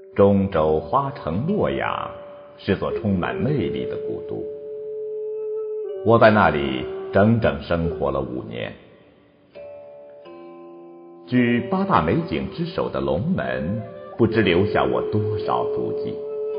中州花城洛阳是座充满魅力的古都，我在那里整整生活了5年。居8大美景之首的龙门，不知留下我多少足迹。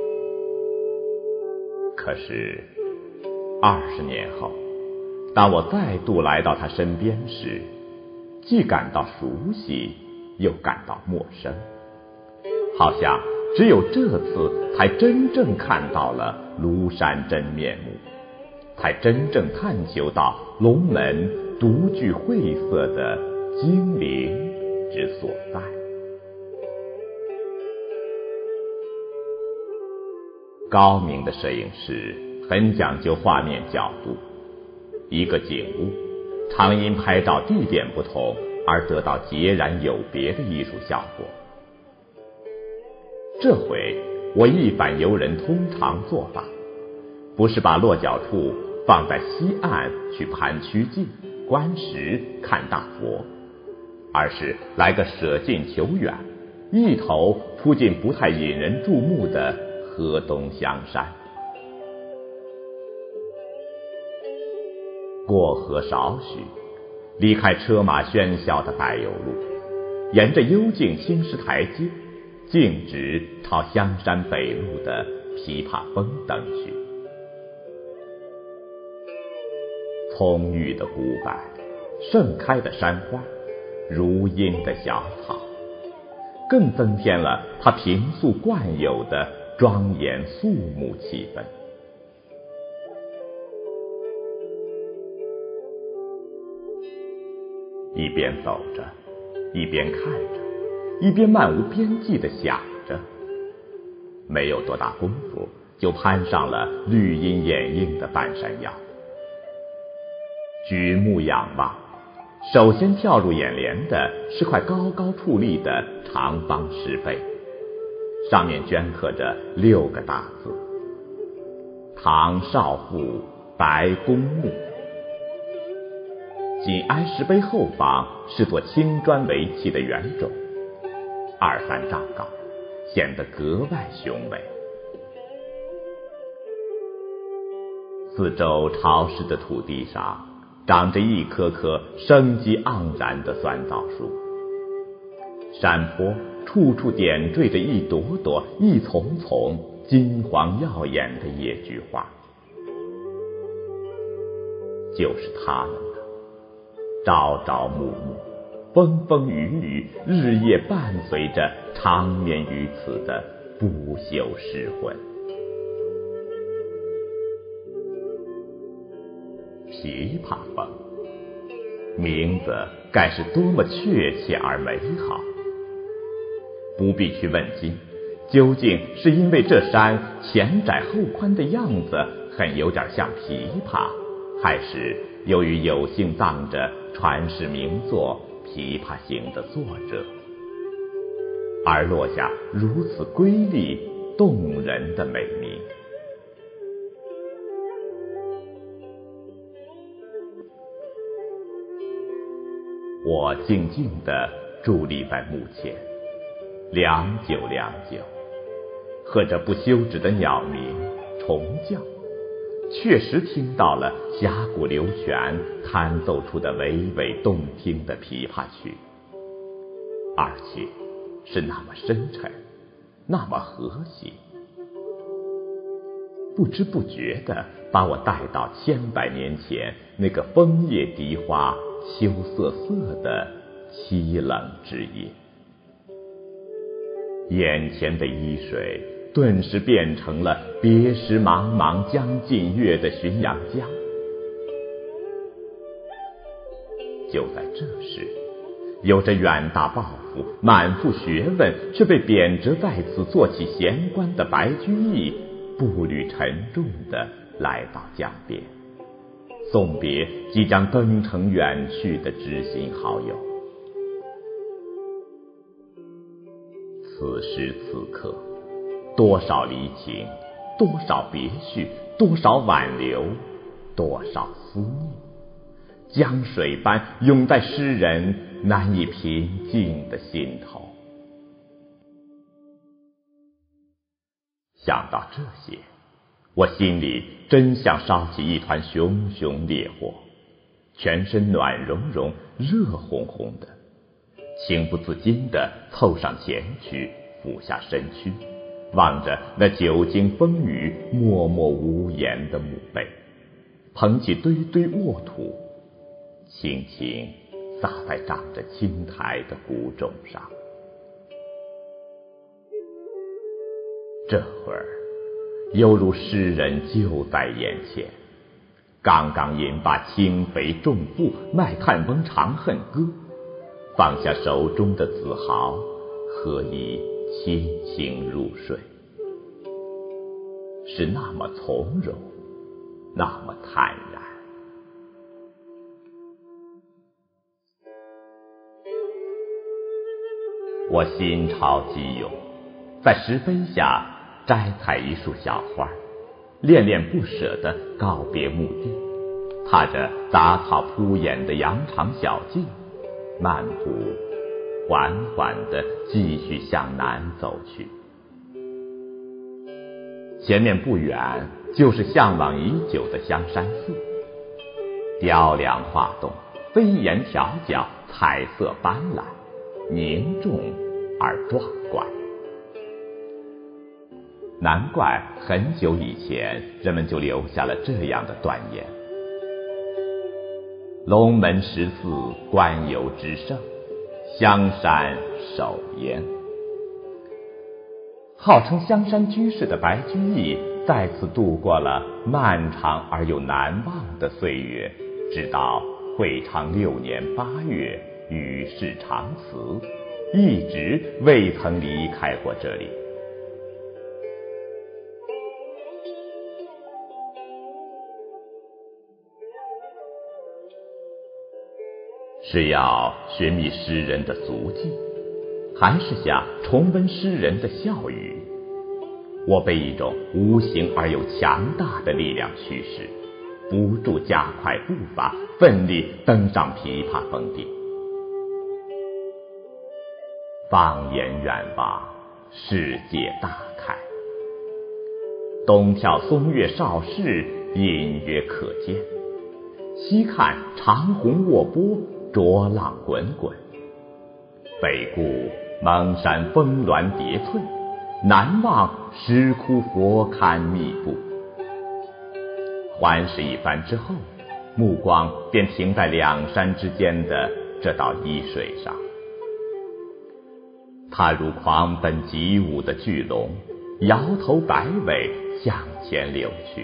可是20年后，当我再度来到他身边时，既感到熟悉，又感到陌生，好像只有这次才真正看到了庐山真面目，才真正探求到龙门独具晦涩的精灵之所在。高明的摄影师很讲究画面角度，一个景物常因拍照地点不同而得到截然有别的艺术效果。这回我一反游人通常做法，不是把落脚处放在西岸去攀曲径、观石、看大佛，而是来个舍近求远，一头扑进不太引人注目的河东香山。过河少许，离开车马喧嚣的柏油路，沿着幽静青石台阶，径直朝香山北路的琵琶峰登去。葱郁的古柏，盛开的山花，如茵的小草，更增添了它平素惯有的庄严肃穆气氛。一边走着，一边看着，一边漫无边际地想着，没有多大功夫，就攀上了绿荫掩映的半山腰。举目仰望，首先跳入眼帘的是块高高矗立的长方石碑，上面镌刻着6个大字：唐少傅白公墓。紧挨石碑后方是座青砖围砌的圆冢，2-3丈高，显得格外雄伟。四周潮湿的土地上长着一棵棵生机盎然的酸枣树，山坡处处点缀着一朵朵、一丛丛金黄耀眼的野菊花。就是它们了，朝朝暮暮，风风雨雨，日夜伴随着长眠于此的不朽尸魂。琵琶峰，名字该是多么确切而美好。不必去问津，究竟是因为这山前窄后宽的样子很有点像琵琶，还是由于有幸葬着传世名作《琵琶行》的作者，而落下如此瑰丽动人的美名。我静静地伫立在墓前，良久良久，和着不休止的鸟鸣虫叫，确实听到了峡谷流泉弹奏出的娓娓动听的琵琶曲，而且是那么深沉，那么和谐，不知不觉地把我带到千百年前那个枫叶荻花秋瑟瑟的凄冷之夜。眼前的沂水顿时变成了别时茫茫将近月的浔阳江。就在这时，有着远大抱负、满腹学问，却被贬谪在此做起闲官的白居易，步履沉重地来到江边，送别即将登城远去的知心好友。此时此刻，多少离情，多少别绪，多少挽留，多少思念，江水般涌在诗人难以平静的心头。 想到这些，我心里真像烧起一团熊熊烈火，全身暖融融、热烘烘的，情不自禁地凑上前去，俯下身躯，望着那久经风雨、默默无言的墓碑，捧起堆堆沃土，轻轻撒在长着青苔的古冢上。这会儿犹如诗人就在眼前，刚刚吟罢轻肥重负、卖炭翁长恨歌，放下手中的子豪，何以轻轻入睡？是那么从容，那么坦然。我心潮激涌，在石碑下摘采一束小花，恋恋不舍地告别墓地，踏着杂草铺掩的羊肠小径，漫步缓缓地继续向南走去。前面不远就是向往已久的香山寺，雕梁画栋，飞檐挑角，彩色斑斓，凝重而壮观。难怪很久以前人们就留下了这样的断言：龙门石寺观游之胜，香山首焉。号称香山居士的白居易再次度过了漫长而又难忘的岁月，直到会昌6年8月与世长辞，一直未曾离开过这里。是要寻觅诗人的足迹，还是想重温诗人的笑语？我被一种无形而又强大的力量驱使，不住加快步伐，奋力登上琵琶峰顶。放眼远望，世界大开，东眺松岳少室，隐约可见；西看长虹卧波，浊浪滚滚；北顾蒙山峰峦叠翠，南望石窟佛龛密布。环视一番之后，目光便停在两山之间的这道沂水上，它如狂奔疾舞的巨龙，摇头摆尾向前流去。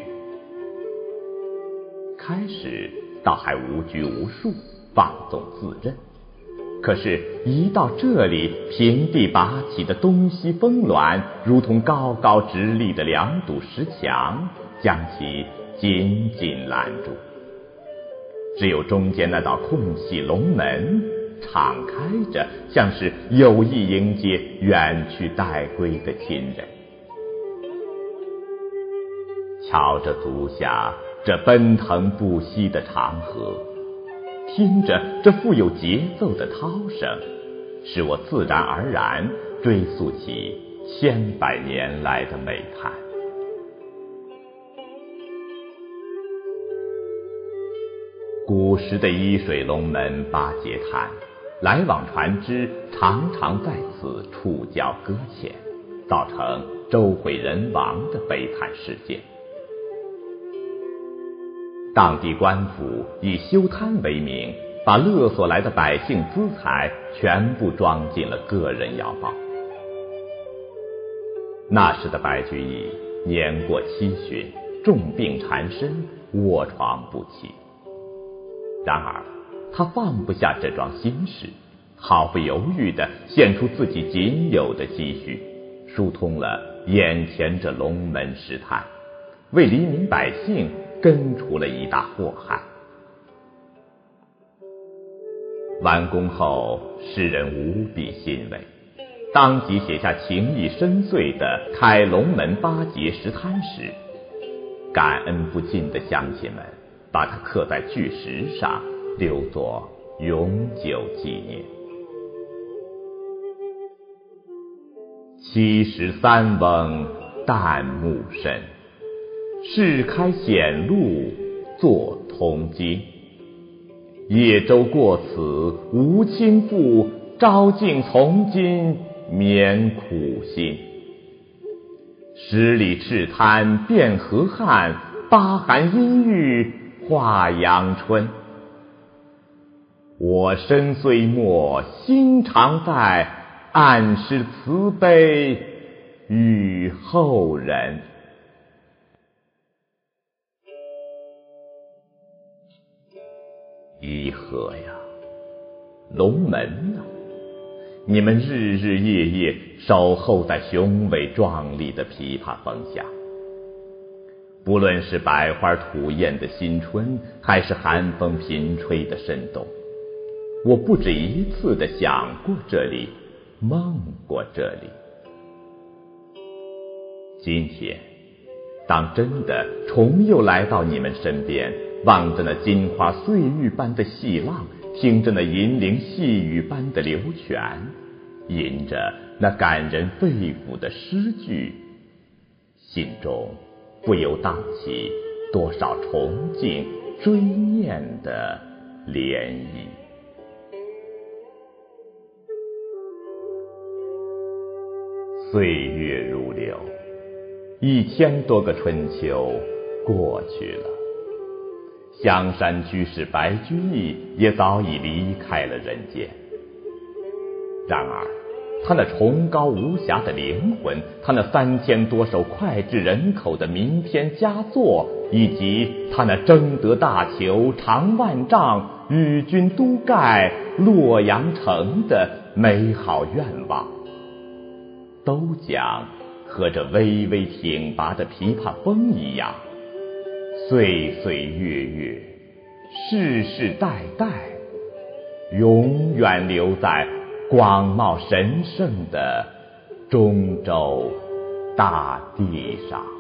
开始倒还无拘无束，放纵自任，可是一到这里，平地拔起的东西峰峦如同高高直立的两堵石墙，将其紧紧拦住。只有中间那道空隙龙门敞开着，像是有意迎接远去待归的亲人。瞧着足下这奔腾不息的长河，听着这富有节奏的涛声，使我自然而然追溯起千百年来的美谈。古时的沂水龙门八节潭，来往船只常常在此触礁搁浅，造成舟毁人亡的悲惨事件。当地官府以修滩为名，把勒索来的百姓资财全部装进了个人腰包。那时的白居易年过70，重病缠身，卧床不起。然而他放不下这桩心事，毫不犹豫地献出自己仅有的积蓄，疏通了眼前这龙门石滩，为黎民百姓根除了一大祸害。完工后，诗人无比欣慰，当即写下情意深邃的开龙门八节石滩时，感恩不尽的乡亲们把它刻在巨石上，留作永久纪念。73翁旦暮深，试开显露作通经。夜舟过此无倾覆，朝镜从今免苦心。十里赤滩变河汉，八寒阴郁化阳春。我身虽没，心常在，暗施慈悲与后人。颐和呀，龙门呐，你们日日夜夜守候在雄伟壮丽的琵琶峰下。不论是百花吐艳的新春，还是寒风频吹的深冬，我不止一次地想过这里，梦过这里。今天，当真的重又来到你们身边，望着那金花碎玉般的细浪，听着那银铃细语般的流泉，吟着那感人肺腑的诗句，心中不由荡起多少崇敬追念的涟漪。岁月如流，1000多个春秋过去了，香山居士白居易也早已离开了人间。然而他那崇高无瑕的灵魂，他那3000多首脍炙人口的名篇佳作，以及他那争得大裘长万丈，与君都盖洛阳城的美好愿望，都将和这巍巍挺拔的琵琶峰一样，岁岁月月，世世代代，永远留在广袤神圣的中州大地上。